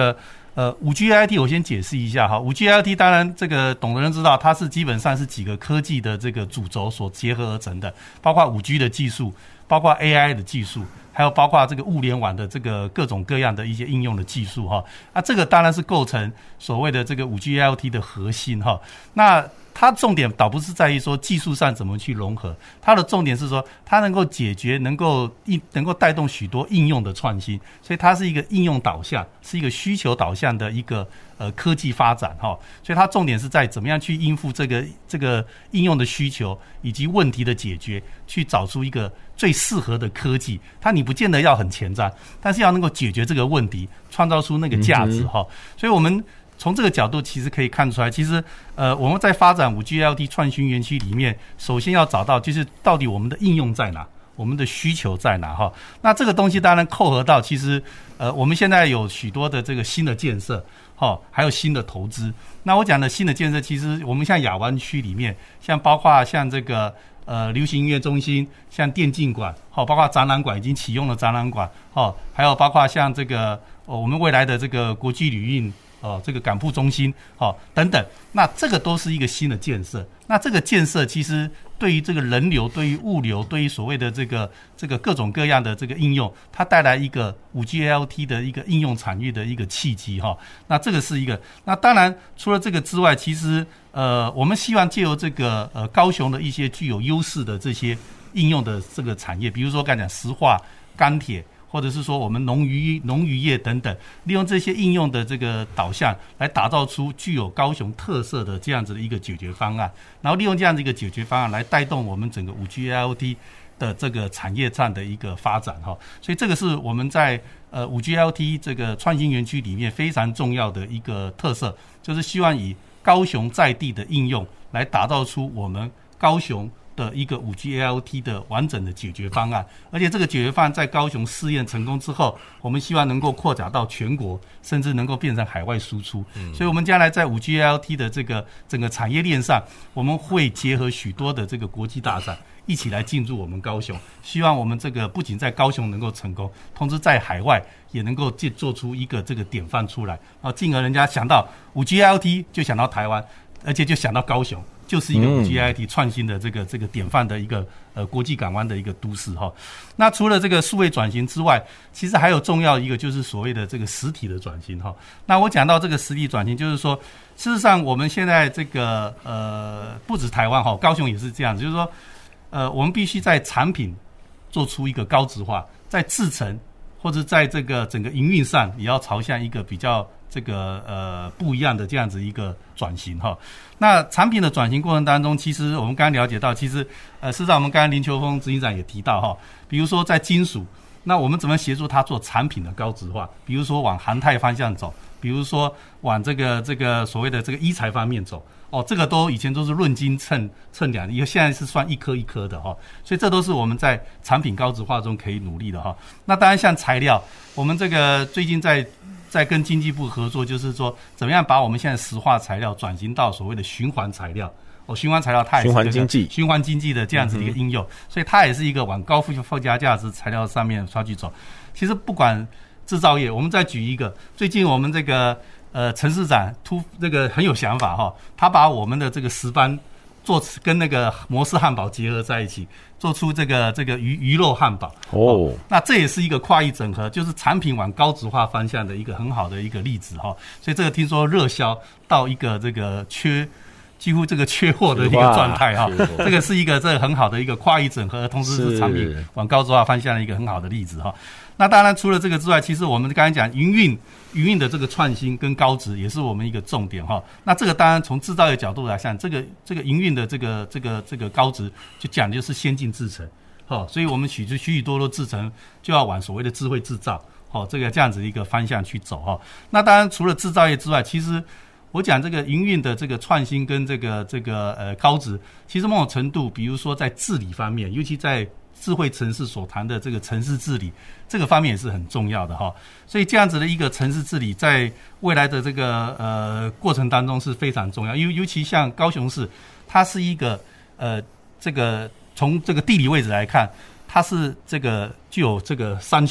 5G IoT 我先解释一下哈。5G IoT 当然这个懂的人知道，它是基本上是几个科技的这个主轴所结合而成的，包括 5G 的技术，包括 AI 的技术，还有包括这个物联网的这个各种各样的一些应用的技术哈。这个当然是构成所谓的这个 5G IoT 的核心哈。那它重点倒不是在于说技术上怎么去融合，它的重点是说它能够解决，能够带动许多应用的创新，所以它是一个应用导向，是一个需求导向的一个科技发展哈。所以它重点是在怎么样去应付这个应用的需求以及问题的解决，去找出一个最适合的科技。你不见得要很前瞻，但是要能够解决这个问题，创造出那个价值哈。所以我们从这个角度其实可以看出来，其实我们在发展 5G IoT 创新园区里面，首先要找到就是到底我们的应用在哪，我们的需求在哪哈。那这个东西当然扣合到其实我们现在有许多的这个新的建设还有新的投资。那我讲的新的建设，其实我们像亚湾区里面，包括像这个流行音乐中心，像电竞馆包括展览馆已经启用了展览馆还有包括像这个我们未来的这个国际旅运这个港埠中心等等，那这个都是一个新的建设。那这个建设其实对于这个人流、对于物流、对于所谓的这个各种各样的这个应用，它带来一个 5G IoT 的一个应用产业的一个契机那这个是一个。那当然除了这个之外，其实我们希望借由这个高雄的一些具有优势的这些应用的这个产业，比如说刚才讲石化、钢铁，或者是说我们农渔业等等，利用这些应用的这个导向来打造出具有高雄特色的这样子的一个解决方案，然后利用这样的一个解决方案来带动我们整个 5G IoT 的这个产业上的一个发展所以这个是我们在5G IoT 这个创新园区里面非常重要的一个特色，就是希望以高雄在地的应用来打造出我们高雄的一个 5G IoT 的完整的解决方案。而且这个解决方案在高雄试验成功之后，我们希望能够扩展到全国，甚至能够变成海外输出。所以我们将来在 5G IoT 的这个整个产业链上，我们会结合许多的这个国际大展一起来进驻我们高雄，希望我们这个不仅在高雄能够成功，同时在海外也能够做出一个这个典范出来进而人家想到 5G IoT 就想到台湾，而且就想到高雄，就是一个 5G IoT 创新的这个典范的一个国际港湾的一个都市那除了这个数位转型之外，其实还有重要一个就是所谓的这个实体的转型那我讲到这个实体转型，就是说事实上我们现在这个不止台湾高雄也是这样子，就是说我们必须在产品做出一个高质化，在制程或者在这个整个营运上也要朝向一个比较这个不一样的这样子一个转型那产品的转型过程当中，其实我们刚刚了解到，其实事实上我们刚刚林秋峰执行长也提到比如说在金属，那我们怎么协助他做产品的高质化，比如说往航太方向走，比如说往这个所谓的这个医材方面走这个以前都是论斤称两，现在是算一颗一颗的所以这都是我们在产品高质化中可以努力的那当然像材料，我们这个最近在跟经济部合作，就是说怎么样把我们现在石化材料转型到所谓的循环材料循环材料它也是循环经济的这样子的一个应用所以它也是一个往高附加价值材料上面去走。其实不管制造业，我们再举一个，最近我们这个陈市长这个很有想法他把我们的这个石斑跟那个摩斯汉堡结合在一起，做出这个鱼肉汉堡那这也是一个跨域整合，就是产品往高质化方向的一个很好的一个例子所以这个听说热销到一个这个几乎这个缺货的一个状态这个是一个很好的一个跨域整合，同时是产品往高质化方向的一个很好的例子那当然除了这个之外，其实我们刚才讲营运的这个创新跟高质也是我们一个重点那这个当然从制造业角度来看，这个营运的这个高质就讲的就是先进制程所以我们许多制程就要往所谓的智慧制造这样子一个方向去走那当然除了制造业之外，其实我讲这个营运的这个创新跟这个高质，其实某种程度比如说在治理方面，尤其在智慧城市所谈的这个城市治理，这个方面也是很重要的所以这样子的一个城市治理在未来的这个过程当中是非常重要，尤其像高雄市，它是一个这个从这个地理位置来看，它是这个具有这个山区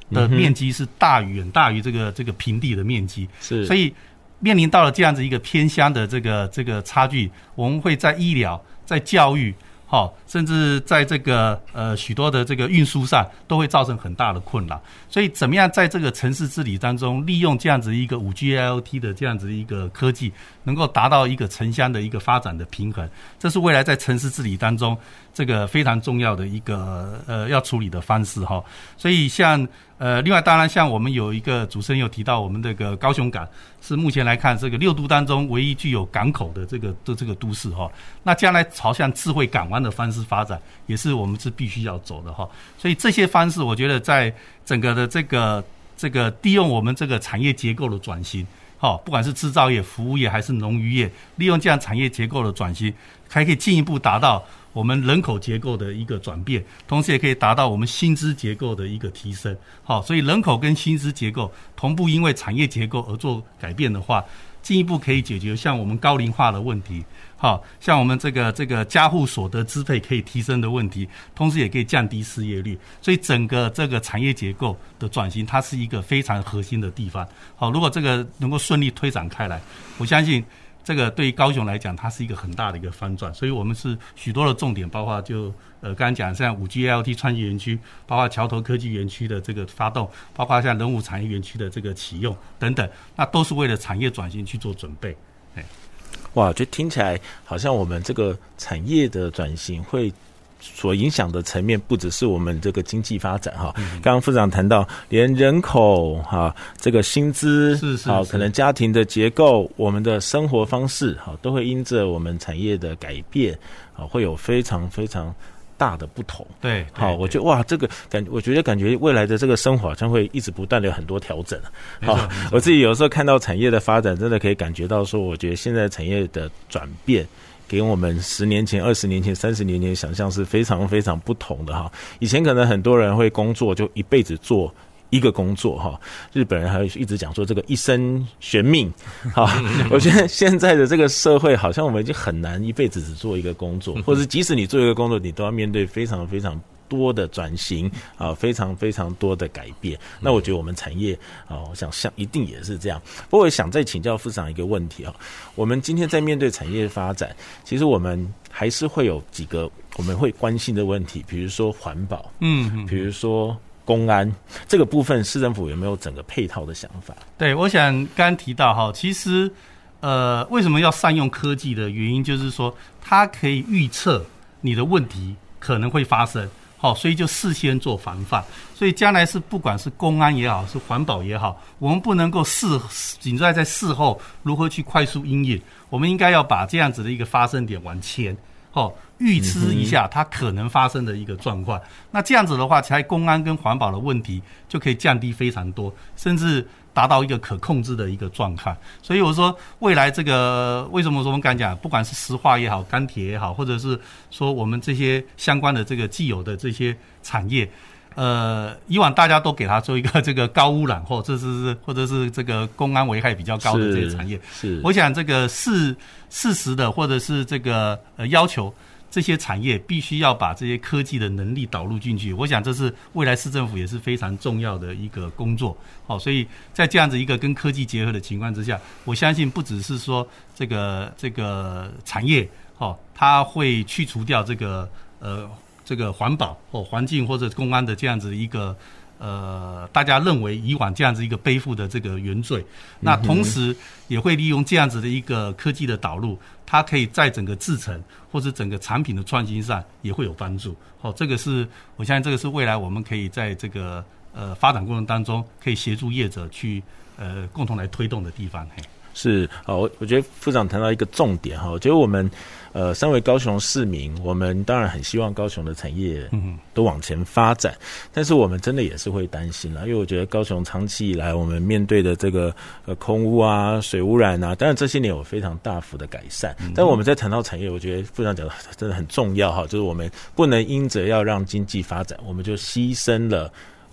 的面积是远大于这个平地的面积， 是， 所以面临到了这样子一个偏乡的这个差距，我们会在医疗、在教育，甚至在这个许多的这个运输上都会造成很大的困扰。所以怎么样在这个城市治理当中，利用这样子一个 5G IoT 的这样子一个科技，能够达到一个城乡的一个发展的平衡，这是未来在城市治理当中这个非常重要的一个要处理的方式哈。所以像另外当然像我们有一个主持人有提到，我们这个高雄港是目前来看这个6都当中唯一具有港口的这个都市哈。那将来朝向智慧港湾的方式发展，也是我们是必须要走的哈。所以这些方式，我觉得在整个的这个利用我们这个产业结构的转型，不管是制造业、服务业还是农渔业，利用这样产业结构的转型，还可以进一步达到我们人口结构的一个转变，同时也可以达到我们薪资结构的一个提升。所以人口跟薪资结构同步因为产业结构而做改变的话，进一步可以解决像我们高龄化的问题，像我们这个家户所得支配可以提升的问题，同时也可以降低失业率。所以整个这个产业结构的转型，它是一个非常核心的地方。如果这个能够顺利推展开来，我相信这个对于高雄来讲，它是一个很大的一个翻转。所以我们是许多的重点，包括就刚刚讲像 5G IoT 创新园区，包括桥头科技园区的这个发动，包括像人武产业园区的这个启用等等，那都是为了产业转型去做准备。 哇，就听起来好像我们这个产业的转型会所影响的层面不只是我们这个经济发展哈。刚刚副长谈到，连人口这个薪资可能家庭的结构，我们的生活方式都会因着我们产业的改变会有非常非常大的不同。 对， 我觉得哇，这个我觉得未来的这个生活好像会一直不断的有很多调整。我自己有时候看到产业的发展，真的可以感觉到说，我觉得现在产业的转变给我们10年前、20年前、30年前想象是非常非常不同的哈。以前可能很多人会工作就一辈子做一个工作哈，日本人还会一直讲说这个一生悬命哈。我觉得现在的这个社会好像我们已经很难一辈子只做一个工作，或者是即使你做一个工作，你都要面对非常非常多的转型非常非常多的改变。那我觉得我们产业我想一定也是这样。不过我想再请教副长一个问题我们今天在面对产业发展，其实我们还是会有几个我们会关心的问题，比如说环保，比如说公安，这个部分市政府有没有整个配套的想法？ 对，我想刚刚提到其实为什么要善用科技的原因，就是说它可以预测你的问题可能会发生，所以就事先做防范。所以将来是不管是公安也好，是环保也好，我们不能够仅在事后如何去快速因应，我们应该要把这样子的一个发生点往前预知一下它可能发生的一个状况。那这样子的话，才公安跟环保的问题就可以降低非常多，甚至达到一个可控制的一个状况。所以我说未来这个为什么说我们刚讲，不管是石化也好，钢铁也好，或者是说我们这些相关的这个既有的这些产业，以往大家都给它做一个这个高污染或者是这个公安危害比较高的这些产业，是我想这个事实的或者是这个要求这些产业必须要把这些科技的能力导入进去。我想这是未来市政府也是非常重要的一个工作。所以在这样子一个跟科技结合的情况之下，我相信不只是说这个产业它会去除掉这个环保或环境或者公安的这样子一个大家认为以往这样子一个背负的这个原罪，那同时也会利用这样子的一个科技的导入，它可以在整个制程或者整个产品的创新上也会有帮助。这个是我相信这个是未来我们可以在这个发展过程当中可以协助业者去共同来推动的地方。 是我觉得副长谈到一个重点我觉得我们身为高雄市民，我们当然很希望高雄的产业都往前发展，但是我们真的也是会担心啦，因为我觉得高雄长期以来我们面对的这个空污啊、水污染啊，当然这些年有非常大幅的改善，但我们在谈到产业，我觉得副长讲的真的很重要就是我们不能因着要让经济发展，我们就牺牲了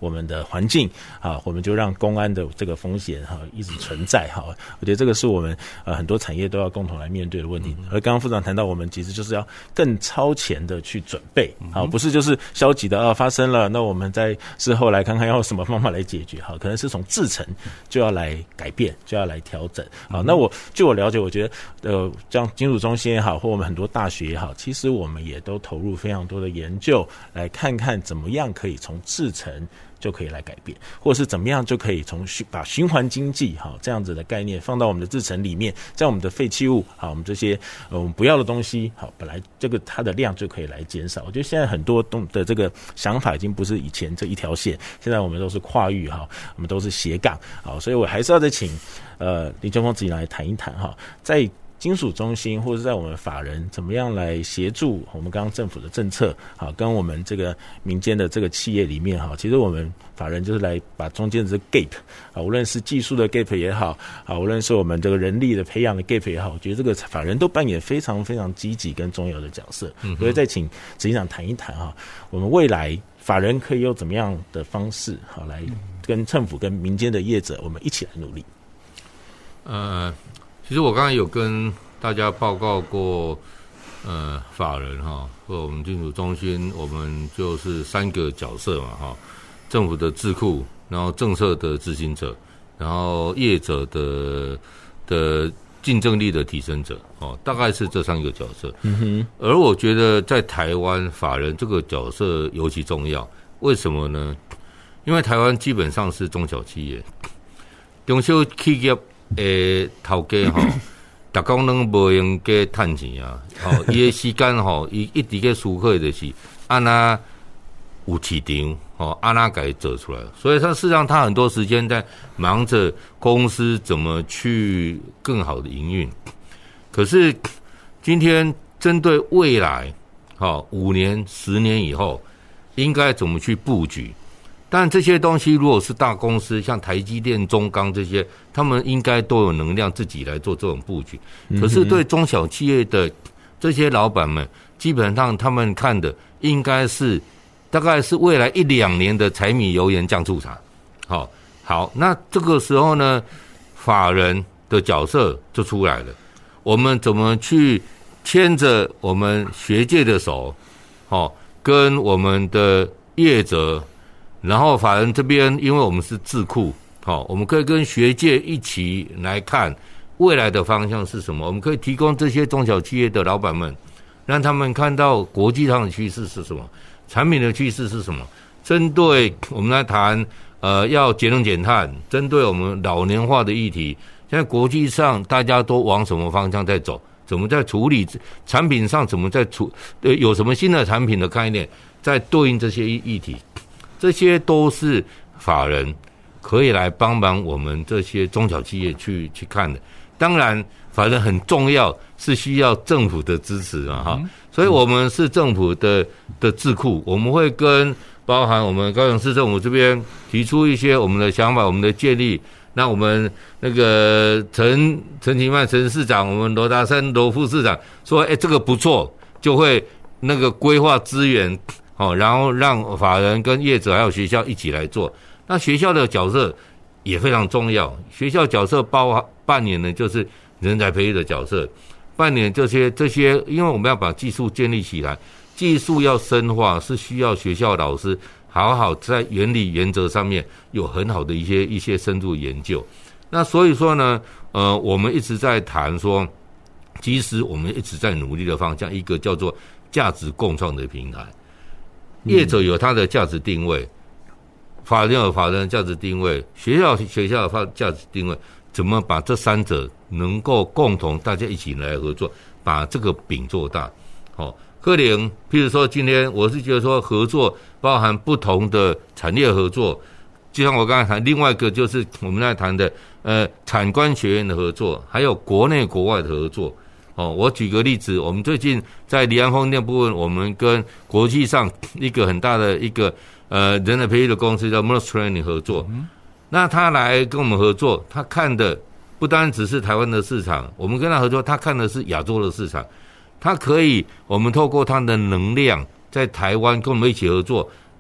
我们的环境啊，我们就让公安的这个风险一直存在我觉得这个是我们很多产业都要共同来面对的问题。而刚刚副长谈到，我们其实就是要更超前的去准备不是就是消极的发生了，那我们在事后来看看要有什么方法来解决可能是从制程就要来改变，就要来调整那据我了解，我觉得像金属中心也好，或我们很多大学也好，其实我们也都投入非常多的研究，来看看怎么样可以从制程就可以来改变，或者是怎么样就可以把循环经济这样子的概念放到我们的制程里面，这样我们的废弃物我们这些我们不要的东西本来这个它的量就可以来减少。我觉得现在很多的这个想法已经不是以前这一条线，现在我们都是跨域我们都是斜杠所以我还是要再请林秋峰自己来谈一谈在金属中心或者在我们法人怎么样来协助我们刚刚政府的政策跟我们这个民间的这个企业里面其实我们法人就是来把中间的这个 gap 无论是技术的 gap 也好无论是我们这个人力的培养的 gap 也好，我觉得这个法人都扮演非常非常积极跟重要的角色。所以再请执行长谈一谈我们未来法人可以用怎么样的方式来跟政府跟民间的业者我们一起来努力。 其实我刚才有跟大家报告过，法人或我们金属中心，我们就是3个角色嘛政府的智库，然后政策的执行者，然后业者的竞争力的提升者大概是这3个角色。而我觉得在台湾法人这个角色尤其重要，为什么呢？因为台湾基本上是中小企业，中小企业头家逐工拢无用加趁钱伊的时间伊一直在思考的是安那有市场安那给做出来，所以他事实上他很多时间在忙着公司怎么去更好的营运。可是今天针对未来5年10年以后应该怎么去布局，但这些东西如果是大公司，像台积电、中钢这些，他们应该都有能量自己来做这种布局。可是对中小企业的这些老板们，基本上他们看的应该是大概是未来1-2年的柴米油盐酱醋茶。好，那这个时候呢，法人的角色就出来了。我们怎么去牵着我们学界的手，跟我们的业者，然后法人这边，因为我们是智库，我们可以跟学界一起来看未来的方向是什么。我们可以提供这些中小企业的老板们，让他们看到国际上的趋势是什么，产品的趋势是什么。针对我们来谈，要节能减碳，针对我们老年化的议题，现在国际上大家都往什么方向在走？怎么在处理产品上？怎么在有什么新的产品的概念，在对应这些议题？这些都是法人可以来帮忙我们这些中小企业去看的。当然，法人很重要，是需要政府的支持所以我们是政府的智库，我们会跟包含我们高雄市政府这边提出一些我们的想法、我们的建议。那我们那个陈其迈陈市长，我们罗达生罗副市长说，这个不错，就会那个规划资源，然后让法人跟业者还有学校一起来做。那学校的角色也非常重要，学校角色扮演的就是人才培育的角色，扮演这些，因为我们要把技术建立起来，技术要深化，是需要学校老师好好在原理原则上面有很好的一些深入研究。那所以说呢，我们一直在谈说，其实我们一直在努力的方向，一个叫做价值共创的平台。业者有他的价值定位，法人有法人的价值定位，学校有价值定位，怎么把这3者能够共同大家一起来合作，把这个饼做大。可能譬如说今天我是觉得说合作包含不同的产业合作，就像我刚才谈，另外一个就是我们在谈的产官学院的合作，还有国内国外的合作。我举个例子，我们最近在离岸风电部分，我们跟国际上一个很大的一个人才培育的公司叫 Merce Training 合作。那他来跟我们合作，他看的不单只是台湾的市场，我们跟他合作，他看的是亚洲的市场。他可以，我们透过他的能量，在台湾跟我们一起合作，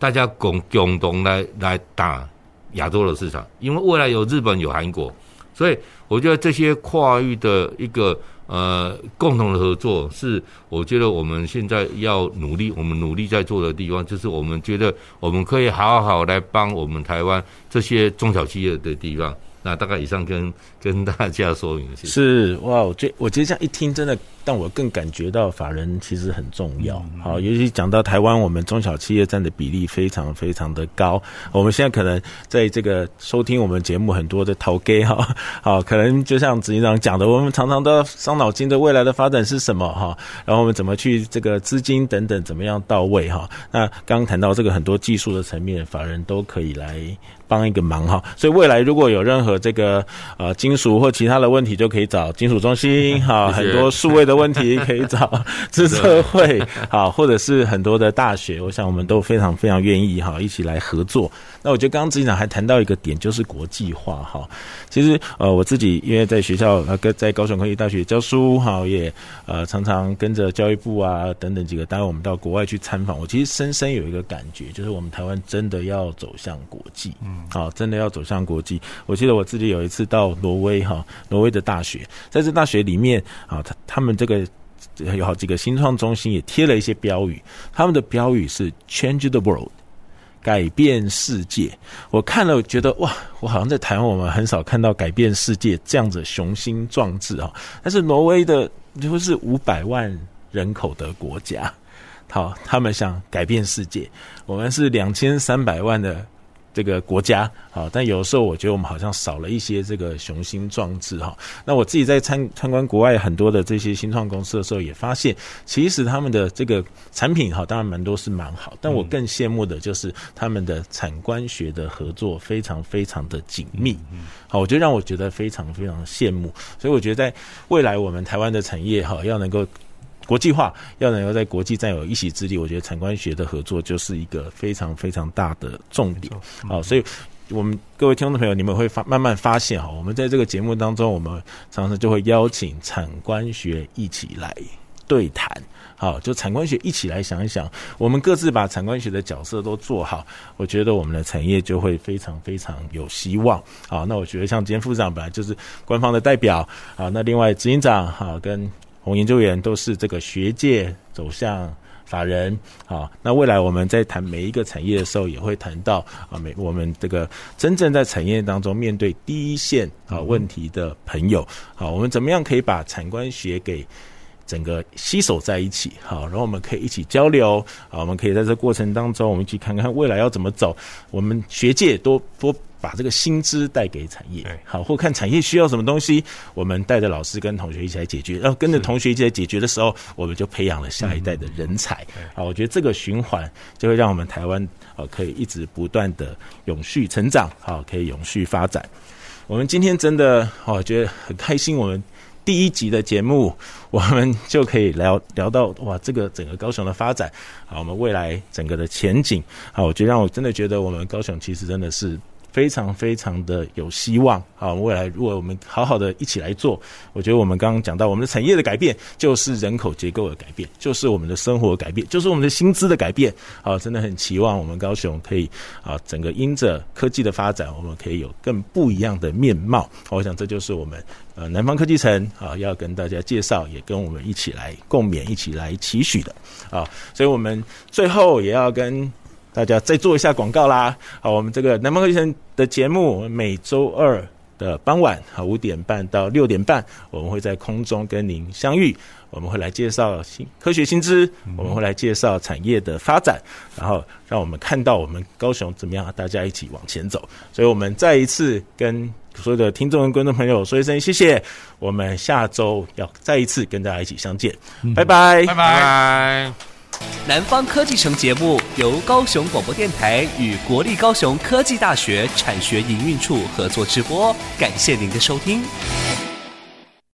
大家共同来打亚洲的市场，因为未来有日本有韩国，所以我觉得这些跨域的一个共同的合作是我觉得我们现在要努力，我们努力在做的地方，就是我们觉得我们可以好好来帮我们台湾这些中小企业的地方。那大概以上跟大家说明是哇，我觉得这样一听，真的让我更感觉到法人其实很重要。好，尤其讲到台湾，我们中小企业占的比例非常非常的高。我们现在可能在这个收听我们节目很多的头家哈，好，可能就像执行长讲的，我们常常都要伤脑筋的未来的发展是什么哈，然后我们怎么去这个资金等等怎么样到位哈。那刚刚谈到这个很多技术的层面，法人都可以来帮一个忙哈，所以未来如果有任何这个金属或其他的问题，就可以找金属中心哈，很多数位的问题可以找资策会好，或者是很多的大学，我想我们都非常非常愿意哈一起来合作。那我觉得刚刚执行长还谈到一个点，就是国际化哈。其实我自己因为在学校在高雄科技大学教书哈，也常常跟着教育部啊等等几个单位，我们到国外去参访，我其实深深有一个感觉，就是我们台湾真的要走向国际。好，真的要走向国际。我记得我自己有一次到挪威哈，挪威的大学，在这大学里面啊，他们这个有好几个新创中心也贴了一些标语，他们的标语是 Change the World， 改变世界。我看了觉得哇，我好像在台湾我们很少看到改变世界这样子雄心壮志啊。但是挪威的就是500万人口的国家，好，他们想改变世界，我们是2300万的这个国家，好，但有时候我觉得我们好像少了一些这个雄心壮志哈。那我自己在参观国外很多的这些新创公司的时候，也发现其实他们的这个产品哈，当然蛮多是蛮好，但我更羡慕的就是他们的产官学的合作非常非常的紧密，好，我就让我觉得非常非常羡慕。所以我觉得在未来我们台湾的产业哈，要能够国际化，要能够在国际占有一席之地，我觉得产官学的合作就是一个非常非常大的重点。好，所以我们各位听众朋友，你们会慢慢发现哈，我们在这个节目当中，我们常常就会邀请产官学一起来对谈。好，就产官学一起来想一想，我们各自把产官学的角色都做好，我觉得我们的产业就会非常非常有希望。好，那我觉得像今天副长本来就是官方的代表，好，那另外执行长好跟洪研究员都是这个学界走向法人，好，那未来我们在谈每一个产业的时候，也会谈到我们这个真正在产业当中面对第一线问题的朋友，好，我们怎么样可以把产官学给整个携手在一起，好，然后我们可以一起交流，好，我们可以在这过程当中，我们一起看看未来要怎么走，我们学界多把这个薪资带给产业，好，或看产业需要什么东西，我们带着老师跟同学一起来解决，然后跟着同学一起来解决的时候，我们就培养了下一代的人才。好，我觉得这个循环就会让我们台湾可以一直不断的永续成长，好，可以永续发展。我们今天真的觉得很开心，我们第一集的节目，我们就可以聊到哇，这个整个高雄的发展，好，我们未来整个的前景，好，我觉得让我真的觉得我们高雄其实真的是非常非常的有希望。好，未来如果我们好好的一起来做，我觉得我们刚刚讲到我们的产业的改变，就是人口结构的改变，就是我们的生活的改变，就是我们的薪资的改变。好，真的很期望我们高雄可以整个因着科技的发展，我们可以有更不一样的面貌。我想这就是我们南方科技城要跟大家介绍，也跟我们一起来共勉，一起来期许的。所以我们最后也要跟大家再做一下广告啦。好，我们这个南方科技城的节目每周二的傍晚5点半到6点半，我们会在空中跟您相遇。我们会来介绍科学新知，我们会来介绍产业的发展，然后让我们看到我们高雄怎么样，大家一起往前走。所以我们再一次跟所有的听众跟观众朋友说一声谢谢，我们下周要再一次跟大家一起相见，拜拜， 拜拜。 南方科技城节目由高雄广播电台与国立高雄科技大学产学营运处合作直播，感谢您的收听。